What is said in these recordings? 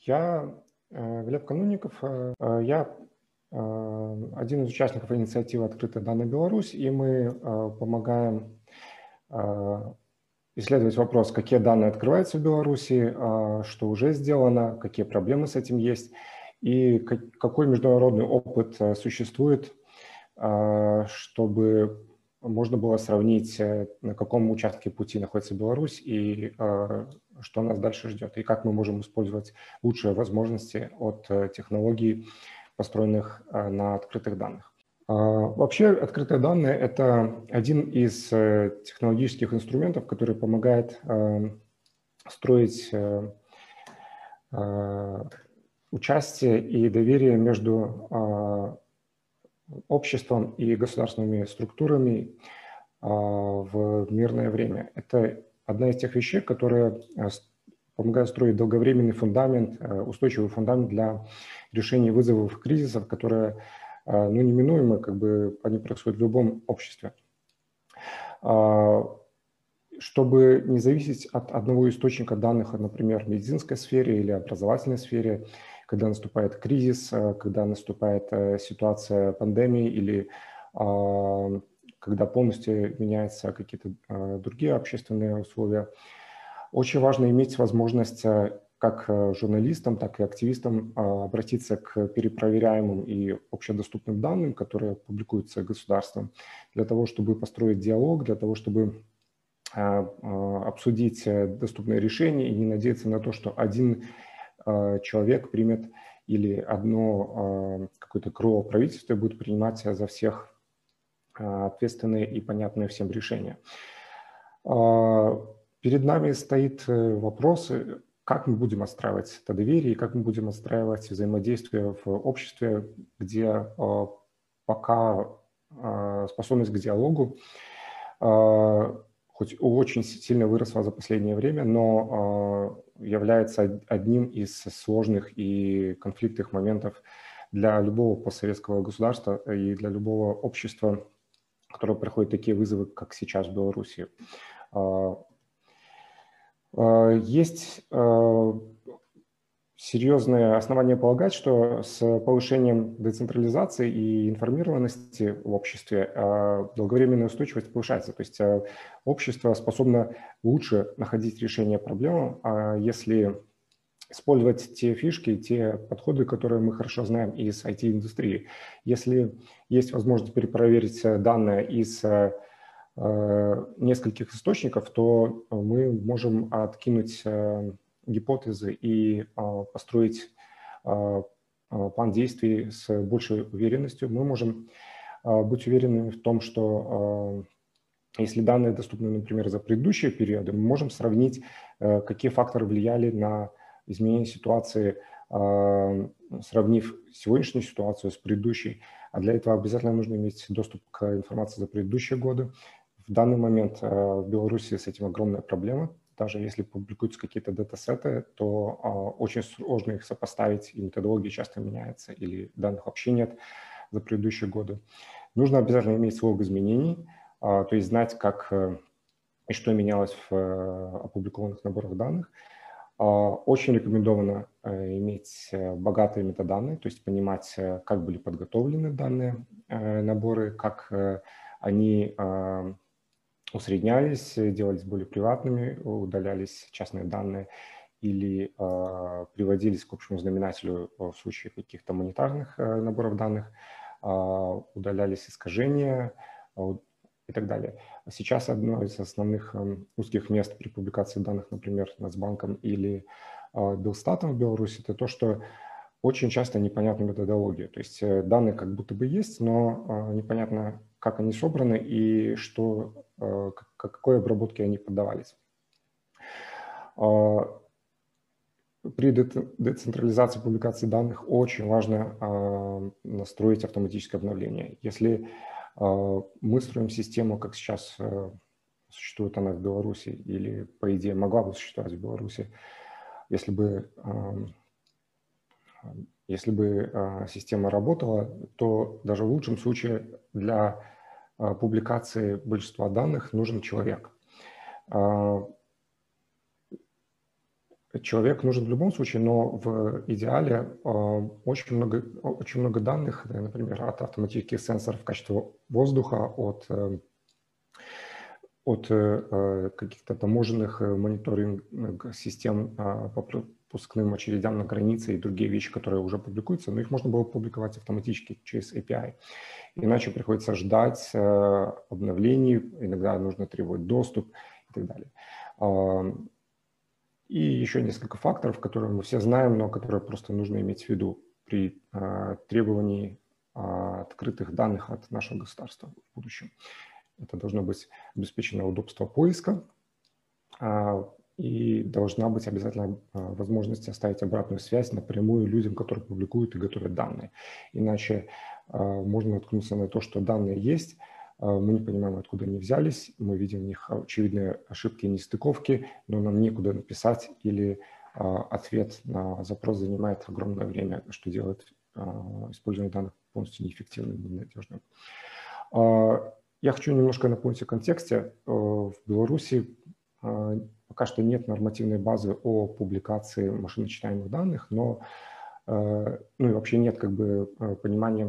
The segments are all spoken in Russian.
Я Глеб Канунников. Я один из участников инициативы «Открытые данные Беларусь», и мы помогаем исследовать вопрос, какие данные открываются в Беларуси, что уже сделано, какие проблемы с этим есть, и какой международный опыт существует, чтобы можно было сравнить, на каком участке пути находится Беларусь и что нас дальше ждет, и как мы можем использовать лучшие возможности от технологий, построенных на открытых данных. Вообще, открытые данные – это один из технологических инструментов, который помогает строить участие и доверие между обществом и государственными структурами в мирное время. Это одна из тех вещей, которые помогают строить долговременный фундамент, устойчивый фундамент для решения вызовов и кризисов, которые неминуемы, они происходят в любом обществе. Чтобы не зависеть от одного источника данных, например, в медицинской сфере или образовательной сфере, когда наступает кризис, когда наступает ситуация пандемии или когда полностью меняются какие-то другие общественные условия, очень важно иметь возможность как журналистам, так и активистам обратиться к перепроверяемым и общедоступным данным, которые публикуются государством, для того, чтобы построить диалог, для того, чтобы обсудить доступные решения и не надеяться на то, что один человек примет или одно какое-то крыло правительства будет принимать за всех ответственные и понятные всем решения. Перед нами стоит вопрос, как мы будем отстраивать это доверие и как мы будем отстраивать взаимодействие в обществе, где пока способность к диалогу хоть очень сильно выросла за последнее время, но является одним из сложных и конфликтных моментов для любого постсоветского государства и для любого общества, которое проходит такие вызовы, как сейчас в Беларуси. Есть серьезные основания полагать, что с повышением децентрализации и информированности в обществе долговременная устойчивость повышается. То есть общество способно лучше находить решение проблем, если использовать те фишки, те подходы, которые мы хорошо знаем из IT-индустрии. Если есть возможность перепроверить данные из нескольких источников, то мы можем откинуть гипотезы и построить план действий с большей уверенностью. Мы можем быть уверены в том, что если данные доступны, например, за предыдущие периоды, мы можем сравнить, какие факторы влияли на изменение ситуации, сравнив сегодняшнюю ситуацию с предыдущей. А для этого обязательно нужно иметь доступ к информации за предыдущие годы. В данный момент в Беларуси с этим огромная проблема. Даже если публикуются какие-то датасеты, то очень сложно их сопоставить, и методология часто меняется, или данных вообще нет за предыдущие годы. Нужно обязательно иметь слог изменений, то есть знать, как и что менялось в опубликованных наборах данных. Очень рекомендовано иметь богатые метаданные, то есть понимать, как были подготовлены данные наборы, как они усреднялись, делались более приватными, удалялись частные данные или приводились к общему знаменателю в случае каких-то монетарных наборов данных, удалялись искажения и так далее. Сейчас одно из основных узких мест при публикации данных, например, Нацбанком или Белстатом в Беларуси, это то, что очень часто непонятна методология. То есть данные как будто бы есть, но непонятно, как они собраны и что, какой обработке они поддавались. При децентрализации публикации данных очень важно настроить автоматическое обновление. Если мы строим систему, как сейчас существует она в Беларуси, или, по идее, могла бы существовать в Беларуси, если бы система работала, то даже в лучшем случае для публикации большинства данных нужен человек. Человек нужен в любом случае, но в идеале очень много данных, например, от автоматических сенсоров качества воздуха, от каких-то таможенных мониторинг-систем по пропускным очередям на границе и другие вещи, которые уже публикуются, но их можно было публиковать автоматически через API. Иначе приходится ждать обновлений, иногда нужно требовать доступ и так далее. И еще несколько факторов, которые мы все знаем, но которые просто нужно иметь в виду при требовании открытых данных от нашего государства в будущем. Это должно быть обеспечено удобство поиска, и должна быть обязательно возможность оставить обратную связь напрямую людям, которые публикуют и готовят данные. Иначе можно наткнуться на то, что данные есть, мы не понимаем, откуда они взялись, мы видим в них очевидные ошибки и нестыковки, но нам некуда написать, или ответ на запрос занимает огромное время, что делает использование данных полностью неэффективным и ненадежным. Я хочу немножко напомнить о контексте. В Беларуси пока что нет нормативной базы о публикации машиночитаемых данных, но ну и вообще нет как бы понимания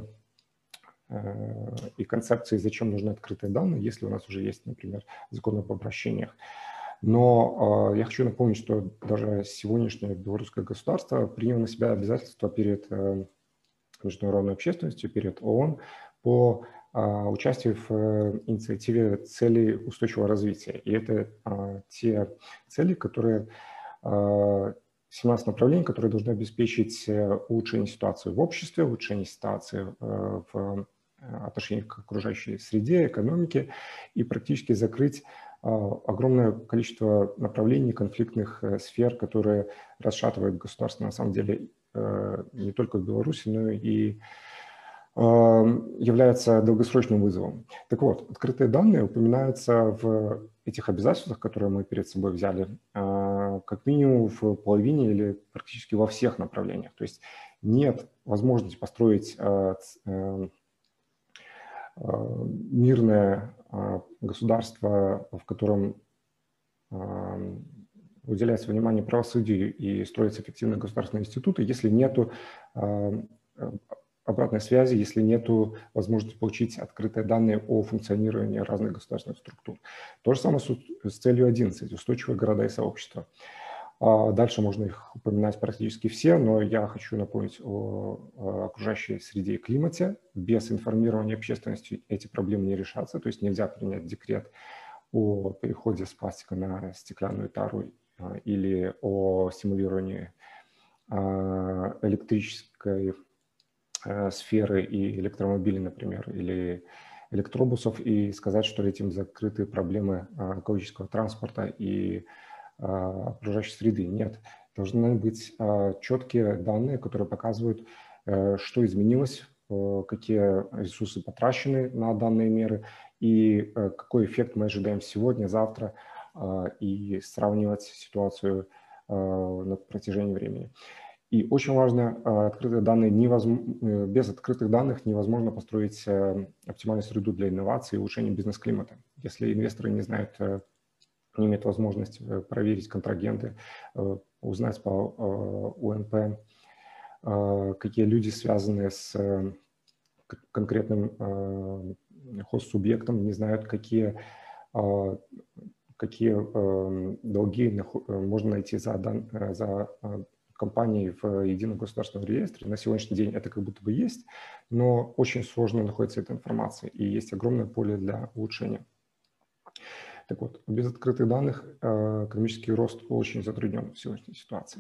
и концепции, зачем нужны открытые данные, если у нас уже есть, например, закон об обращениях. Но я хочу напомнить, что даже сегодняшнее белорусское государство приняло на себя обязательства перед международной общественностью, перед ООН по участию в инициативе целей устойчивого развития. И это те цели, которые 17 направлений, которые должны обеспечить улучшение ситуации в обществе, улучшение ситуации в отношении к окружающей среде, экономике и практически закрыть огромное количество направлений, конфликтных сфер, которые расшатывают государство на самом деле не только в Беларуси, но и является долгосрочным вызовом. Так вот, открытые данные упоминаются в этих обязательствах, которые мы перед собой взяли, как минимум в половине или практически во всех направлениях. То есть нет возможности построить мирное государство, в котором уделяется внимание правосудию и строятся эффективные государственные институты, если нету обратной связи, если нет возможности получить открытые данные о функционировании разных государственных структур. То же самое с целью 11 – устойчивые города и сообщества. Дальше можно их упоминать практически все, но я хочу напомнить о окружающей среде и климате. Без информирования общественности эти проблемы не решатся, то есть нельзя принять декрет о переходе с пластика на стеклянную тару или о стимулировании электрической сферы и электромобилей, например, или электробусов, и сказать, что этим закрыты проблемы экологического транспорта и окружающей среды. Нет, должны быть четкие данные, которые показывают, что изменилось, какие ресурсы потрачены на данные меры и какой эффект мы ожидаем сегодня, завтра, и сравнивать ситуацию на протяжении времени. И очень важно, открытые данные без открытых данных невозможно построить оптимальную среду для инноваций и улучшения бизнес-климата. Если инвесторы не знают, не имеют возможности проверить контрагенты, узнать по УНП, какие люди связаны с конкретным хост-субъектом, не знают, какие долги можно найти за компаний в едином государственном реестре. На сегодняшний день это как будто бы есть, но очень сложно находится эта информация, и есть огромное поле для улучшения. Так вот, без открытых данных экономический рост очень затруднен в сегодняшней ситуации.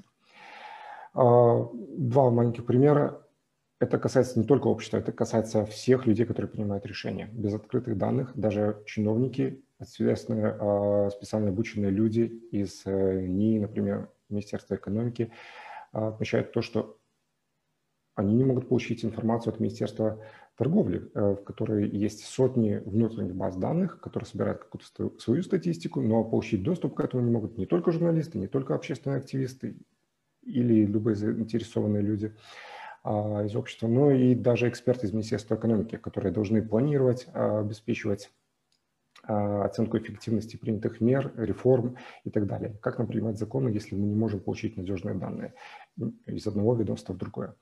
Два маленьких примера. Это касается не только общества, это касается всех людей, которые принимают решения. Без открытых данных даже чиновники, специально обученные люди из НИИ, например, Министерства экономики, отмечают то, что они не могут получить информацию от Министерства торговли, в которой есть сотни внутренних баз данных, которые собирают какую-то свою статистику, но получить доступ к этому не могут не только журналисты, не только общественные активисты или любые заинтересованные люди из общества, но и даже эксперты из Министерства экономики, которые должны планировать, обеспечивать оценку эффективности принятых мер, реформ и так далее. Как нам принимать законы, если мы не можем получить надежные данные из одного ведомства в другое.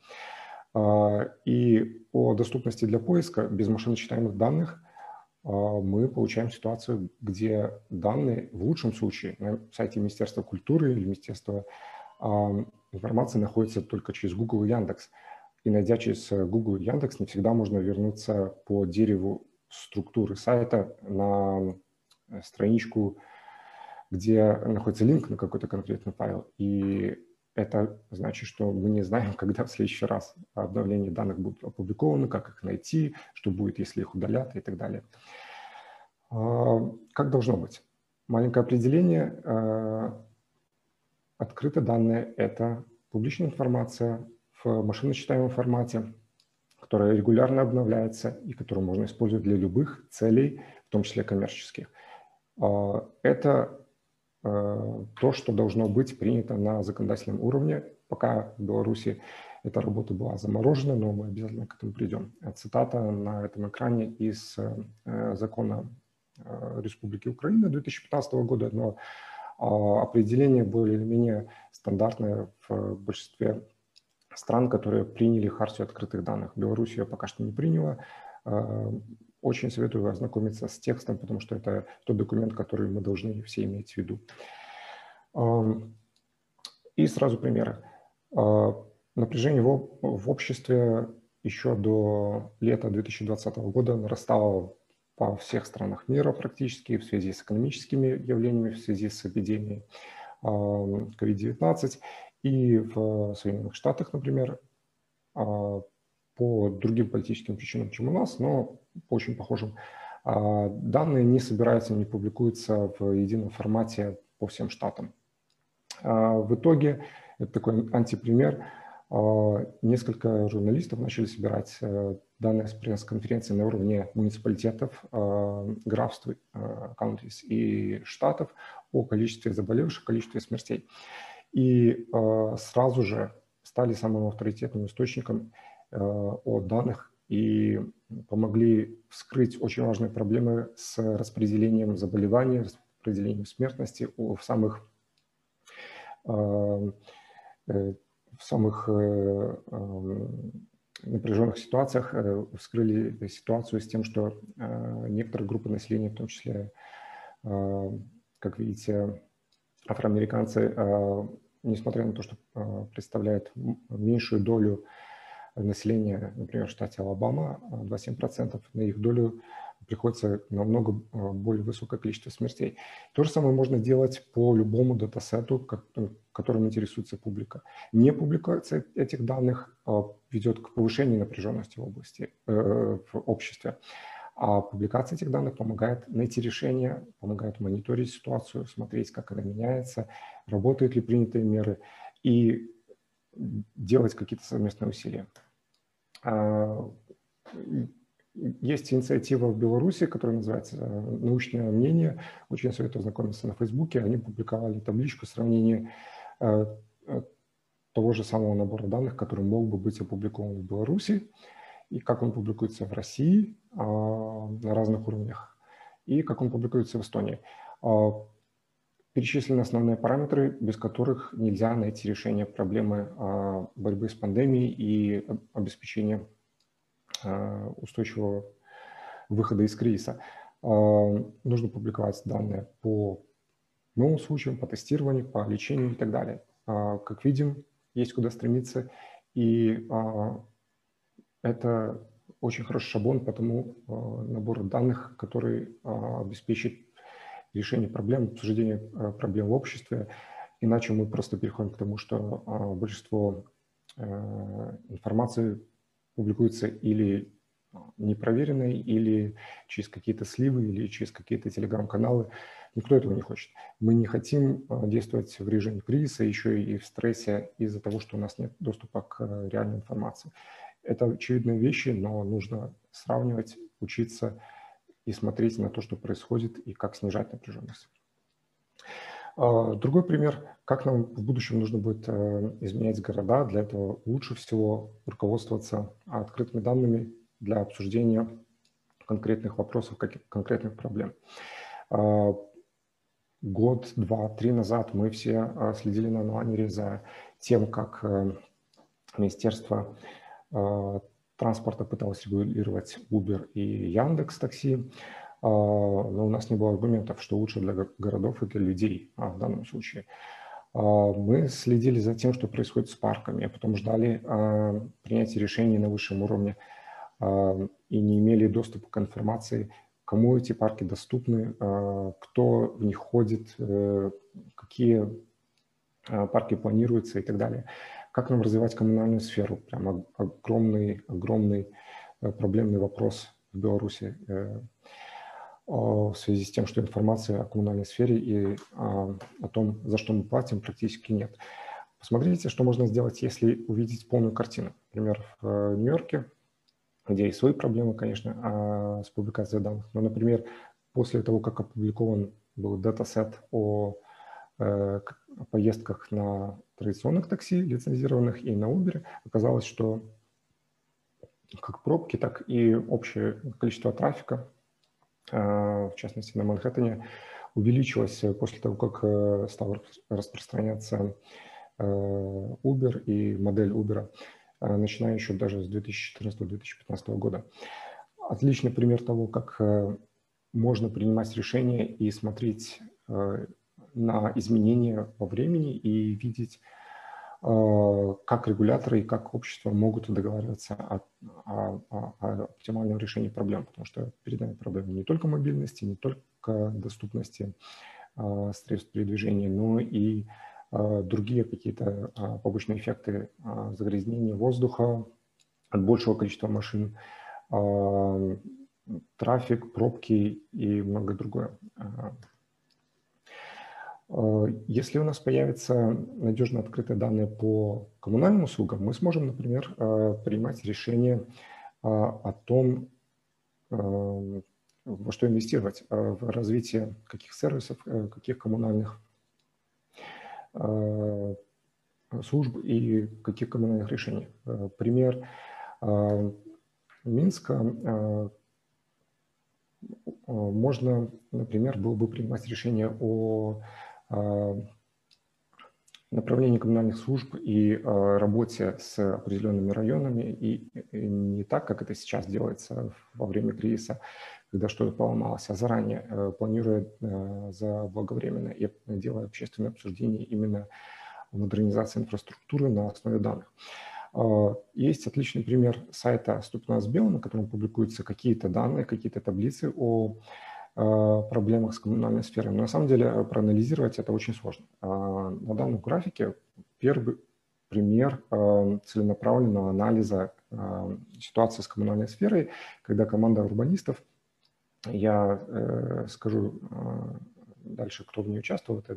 И по доступности для поиска без машиночитаемых данных мы получаем ситуацию, где данные в лучшем случае на сайте Министерства культуры или Министерства информации находится только через Google и Яндекс. И найдя через Google и Яндекс, не всегда можно вернуться по дереву структуры сайта на страничку, где находится линк на какой-то конкретный файл. И это значит, что мы не знаем, когда в следующий раз обновления данных будут опубликованы, как их найти, что будет, если их удалят и так далее. Как должно быть? Маленькое определение. Открытые данные – это публичная информация в машиночитаемом формате, которая регулярно обновляется и которую можно использовать для любых целей, в том числе коммерческих. Это то, что должно быть принято на законодательном уровне. Пока в Беларуси эта работа была заморожена, но мы обязательно к этому придем. Цитата на этом экране из закона Республики Украина 2015 года, но определение более или менее стандартное в большинстве стран, которые приняли хартию открытых данных. Беларусь ее пока что не приняла. Очень советую ознакомиться с текстом, потому что это тот документ, который мы должны все иметь в виду. И сразу примеры. Напряжение в обществе еще до лета 2020 года нарастало по всех странах мира практически в связи с экономическими явлениями, в связи с эпидемией COVID-19. И в Соединенных Штатах, например, по другим политическим причинам, чем у нас, но по очень похожим, данные не собираются, не публикуются в едином формате по всем штатам. В итоге, это такой антипример, несколько журналистов начали собирать данные с пресс-конференции на уровне муниципалитетов, графств, counties и штатов о количестве заболевших, количестве смертей. И сразу же стали самым авторитетным источником о данных и помогли вскрыть очень важные проблемы с распределением заболеваний, распределением смертности в самых напряженных ситуациях. Вскрыли ситуацию с тем, что некоторые группы населения, в том числе, как видите, афроамериканцы, несмотря на то, что представляют меньшую долю населения, например, в штате Алабама, 27%, на их долю приходится намного более высокое количество смертей. То же самое можно делать по любому датасету, которым интересуется публика. Не публикация этих данных ведет к повышению напряженности в обществе. А публикация этих данных помогает найти решение, помогает мониторить ситуацию, смотреть, как она меняется, работают ли принятые меры и делать какие-то совместные усилия. Есть инициатива в Беларуси, которая называется «Научное мнение». Очень советую ознакомиться на Фейсбуке. Они публиковали табличку сравнения того же самого набора данных, который мог бы быть опубликован в Беларуси, и как он публикуется в России на разных уровнях, и как он публикуется в Эстонии. Перечислены основные параметры, без которых нельзя найти решение проблемы борьбы с пандемией и обеспечения устойчивого выхода из кризиса. Нужно публиковать данные по новым случаям, по тестированию, по лечению и так далее. Как видим, есть куда стремиться, и это очень хороший шаблон по тому набору данных, который обеспечит решение проблем, обсуждение проблем в обществе. Иначе мы просто переходим к тому, что большинство информации публикуется или непроверенной, или через какие-то сливы, или через какие-то телеграм-каналы. Никто этого не хочет. Мы не хотим действовать в режиме кризиса, еще и в стрессе из-за того, что у нас нет доступа к реальной информации. Это очевидные вещи, но нужно сравнивать, учиться и смотреть на то, что происходит, и как снижать напряженность. Другой пример, как нам в будущем нужно будет изменять города. Для этого лучше всего руководствоваться открытыми данными для обсуждения конкретных вопросов, конкретных проблем. Год, два, три назад мы все следили на онлайнере за тем, как Министерство транспорта пыталось регулировать Uber и Яндекс.Такси, но у нас не было аргументов, что лучше для городов и для людей в данном случае. Мы следили за тем, что происходит с парками, а потом ждали принятия решений на высшем уровне и не имели доступа к информации, кому эти парки доступны, кто в них ходит, какие парки планируются и так далее. Как нам развивать коммунальную сферу? Прям огромный проблемный вопрос в Беларуси в связи с тем, что информации о коммунальной сфере и о том, за что мы платим, практически нет. Посмотрите, что можно сделать, если увидеть полную картину. Например, в Нью-Йорке, где есть свои проблемы, конечно, с публикацией данных, но, например, после того, как опубликован был датасет о поездках на традиционных такси, лицензированных, и на Uber, оказалось, что как пробки, так и общее количество трафика, в частности на Манхэттене, увеличилось после того, как стал распространяться Uber и модель Uber, начиная еще даже с 2014-2015 года. Отличный пример того, как можно принимать решения и смотреть на изменения во времени и видеть, как регуляторы и как общество могут договариваться о оптимальном решении проблем, потому что перед нами проблемы не только мобильности, не только доступности средств передвижения, но и другие какие-то побочные эффекты загрязнения воздуха от большего количества машин, трафик, пробки и многое другое. Если у нас появятся надежно открытые данные по коммунальным услугам, мы сможем, например, принимать решение о том, во что инвестировать, в развитие каких сервисов, каких коммунальных служб и каких коммунальных решений. Пример Минска. Можно, например, было бы принимать решение о направлении коммунальных служб и работе с определенными районами, и не так, как это сейчас делается во время кризиса, когда что-то поломалось, а заранее, планируя заблаговременно и делая общественное обсуждение именно модернизации инфраструктуры на основе данных. Есть отличный пример сайта StopNasBio, на котором публикуются какие-то данные, какие-то таблицы о проблемах с коммунальной сферой. Но на самом деле проанализировать это очень сложно. На данном графике первый пример целенаправленного анализа ситуации с коммунальной сферой, когда команда урбанистов, я скажу дальше, кто в ней участвовал, это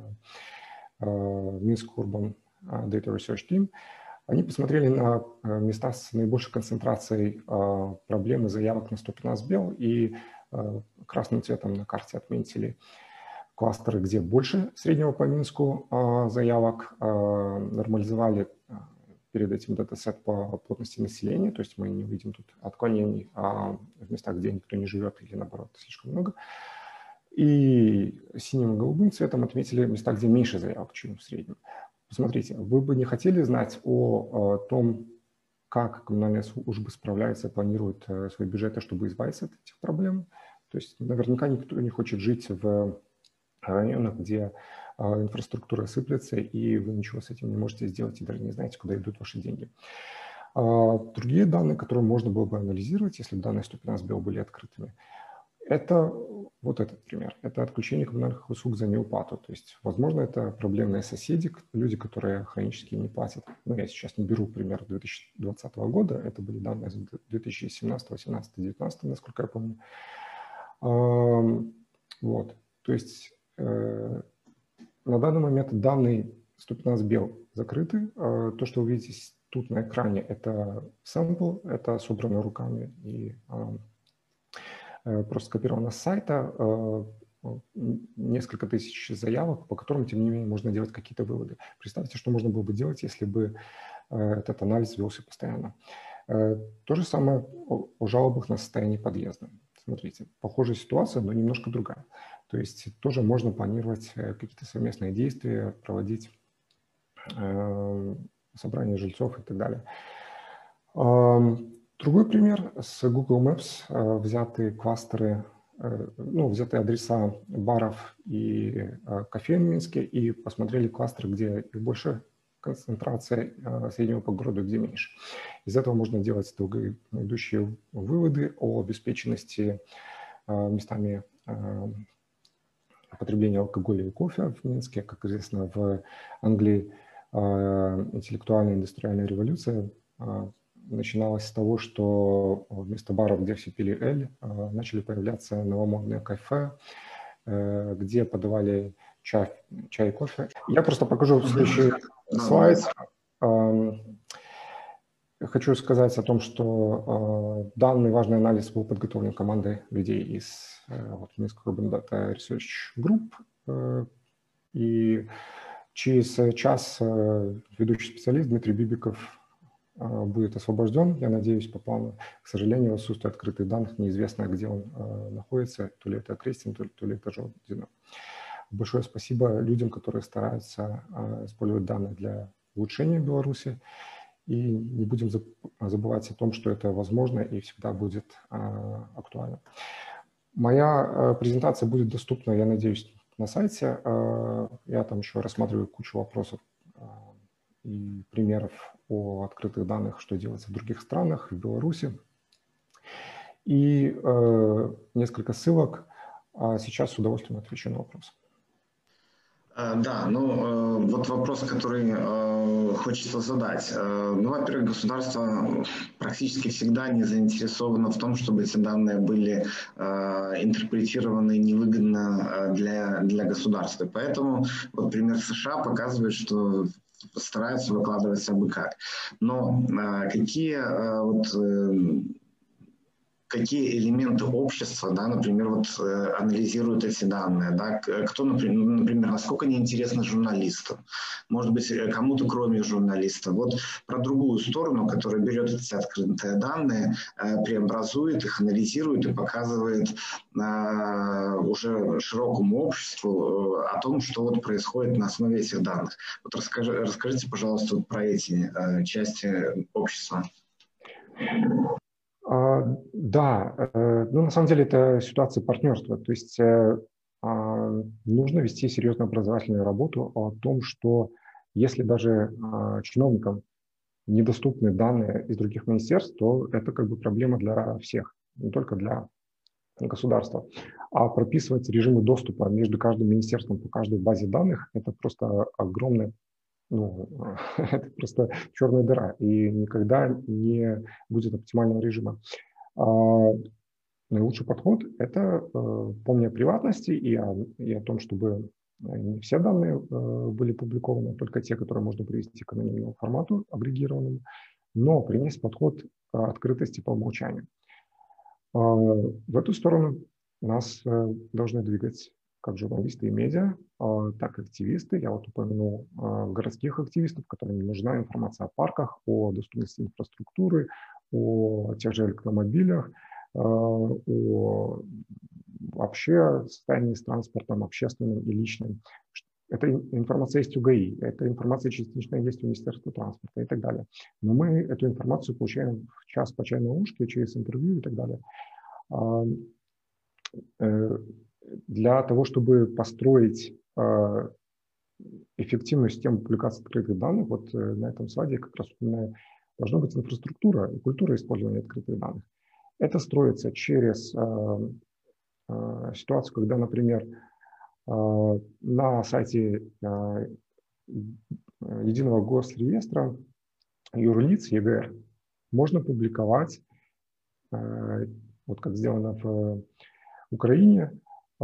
Minsk Urban Data Research Team, они посмотрели на места с наибольшей концентрацией проблем и заявок на StopNasBio и красным цветом на карте отметили кластеры, где больше среднего по Минску заявок, нормализовали перед этим датасет по плотности населения, то есть мы не увидим тут отклонений в местах, где никто не живет или наоборот слишком много. И синим и голубым цветом отметили места, где меньше заявок, чем в среднем. Посмотрите, вы бы не хотели знать о том, как коммунальные службы справляются, планируют свои бюджеты, чтобы избавиться от этих проблем? То есть наверняка никто не хочет жить в районах, где инфраструктура сыплется, и вы ничего с этим не можете сделать, и даже не знаете, куда идут ваши деньги. Другие данные, которые можно было бы анализировать, если бы данные StopNasBio были открытыми, это вот этот пример. Это отключение коммунальных услуг за неуплату. То есть, возможно, это проблемные соседи, люди, которые хронически не платят. Ну, я сейчас не беру пример 2020 года. Это были данные за 2017, 2018, 2019, насколько я помню. Вот. То есть, на данный момент данные StopNasBio закрыты. То, что вы видите тут на экране, это сэмпл, это собрано руками и просто скопировано с сайта, несколько тысяч заявок, по которым, тем не менее, можно делать какие-то выводы. Представьте, что можно было бы делать, если бы этот анализ велся постоянно. То же самое о жалобах на состояние подъезда. Смотрите, похожая ситуация, но немножко другая. То есть тоже можно планировать какие-то совместные действия, проводить собрания жильцов и так далее. Другой пример. С Google Maps взяты кластеры, взяты адреса баров и кофеен в Минске и посмотрели кластеры, где их больше концентрация, среднего по городу, где меньше. Из этого можно делать долгоидущие выводы о обеспеченности местами потребления алкоголя и кофе в Минске. Как известно, в Англии интеллектуальная индустриальная революция начиналась с того, что вместо баров, где все пили эль, начали появляться новомодные кафе, где подавали чай и кофе. Я просто покажу следующий слайд. Хочу сказать о том, что данный важный анализ был подготовлен командой людей из Minsk Urban Data Research Group. И через час ведущий специалист Дмитрий Бибиков будет освобожден, я надеюсь, по плану. К сожалению, отсутствие открытых данных, неизвестно, где он находится, то ли это Крестин, то ли это Жодино. Большое спасибо людям, которые стараются использовать данные для улучшения Беларуси. И не будем забывать о том, что это возможно и всегда будет актуально. Моя презентация будет доступна, я надеюсь, на сайте. Я там еще рассматриваю кучу вопросов и примеров о открытых данных, что делается в других странах, в Беларуси. И несколько ссылок. Сейчас с удовольствием отвечу на вопросы. Да, вот вопрос, который хочется задать. Во-первых, государство практически всегда не заинтересовано в том, чтобы эти данные были интерпретированы невыгодно для государства. Поэтому вот пример США показывает, что стараются выкладывать абы как. Но какие элементы общества, да, например, анализируют эти данные, да, кто, например, насколько они интересны журналистам, может быть, кому-то кроме журналистов. Вот про другую сторону, которая берет эти открытые данные, преобразует их, анализирует и показывает уже широкому обществу о том, что вот происходит на основе этих данных. Вот расскажите, пожалуйста, про эти части общества. Да, на самом деле это ситуация партнерства. То есть нужно вести серьезную образовательную работу о том, что если даже чиновникам недоступны данные из других министерств, то это как бы проблема для всех, не только для государства. А прописывать режимы доступа между каждым министерством по каждой базе данных – это просто огромное, это просто черная дыра, и никогда не будет оптимального режима. Наилучший подход – это, помня о приватности и о том, чтобы не все данные были публикованы, только те, которые можно привести к анонимному формату, агрегированному, но принять подход открытости по умолчанию. В эту сторону нас должны двигать как журналисты и медиа, так и активисты. Я вот упомянул городских активистов, которым нужна информация о парках, о доступности инфраструктуры, о тех же электромобилях, о вообще состоянии с транспортом общественным и личным. Эта информация есть у ГАИ, эта информация частично есть у Министерства транспорта и так далее. Но мы эту информацию получаем в час по чайной ложке, через интервью и так далее. Для того, чтобы построить эффективную систему публикации открытых данных, вот на этом слайде как раз упоминаю, должна быть инфраструктура и культура использования открытых данных. Это строится через ситуацию, когда, например, на сайте Единого госреестра юрлиц ЕГР можно публиковать, вот как сделано в Украине,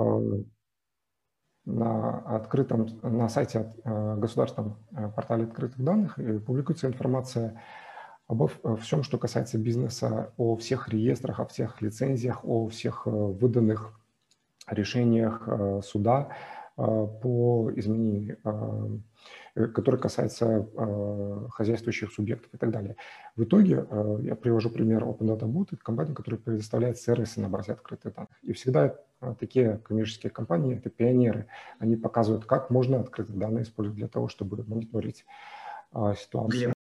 на сайте государственном портале открытых данных публикуется информация обо всем, что касается бизнеса, о всех реестрах, о всех лицензиях, о всех выданных решениях суда по изменению, который касается хозяйствующих субъектов и так далее. В итоге я привожу пример Open Data Boot, это компания, которая предоставляет сервисы на базе открытых данных. И всегда такие коммерческие компании, это пионеры, они показывают, как можно открытые данные использовать для того, чтобы мониторить ситуацию.